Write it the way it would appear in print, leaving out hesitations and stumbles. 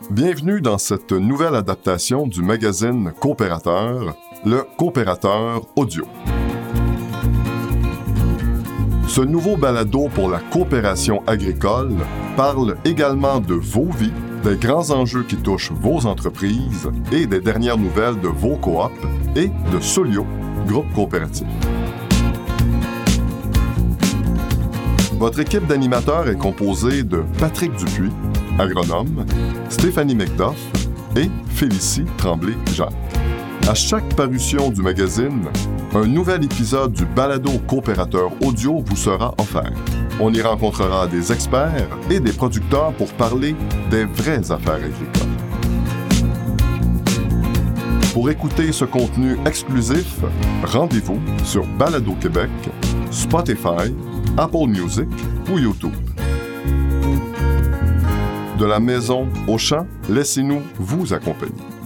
Bienvenue dans cette nouvelle adaptation du magazine Coopérateur, le Coopérateur audio. Ce nouveau balado pour la coopération agricole parle également de vos vies, des grands enjeux qui touchent vos entreprises et des dernières nouvelles de vos coops et de Solio, groupe coopératif. Votre équipe d'animateurs est composée de Patrick Dupuis, agronome, Stéphanie McDuff et Félicie Tremblay-Jacques. À chaque parution du magazine, un nouvel épisode du balado coopérateur audio vous sera offert. On y rencontrera des experts et des producteurs pour parler des vraies affaires agricoles. Pour écouter ce contenu exclusif, rendez-vous sur Balado Québec, Spotify, Apple Music ou YouTube. De la maison au champ, laissez-nous vous accompagner.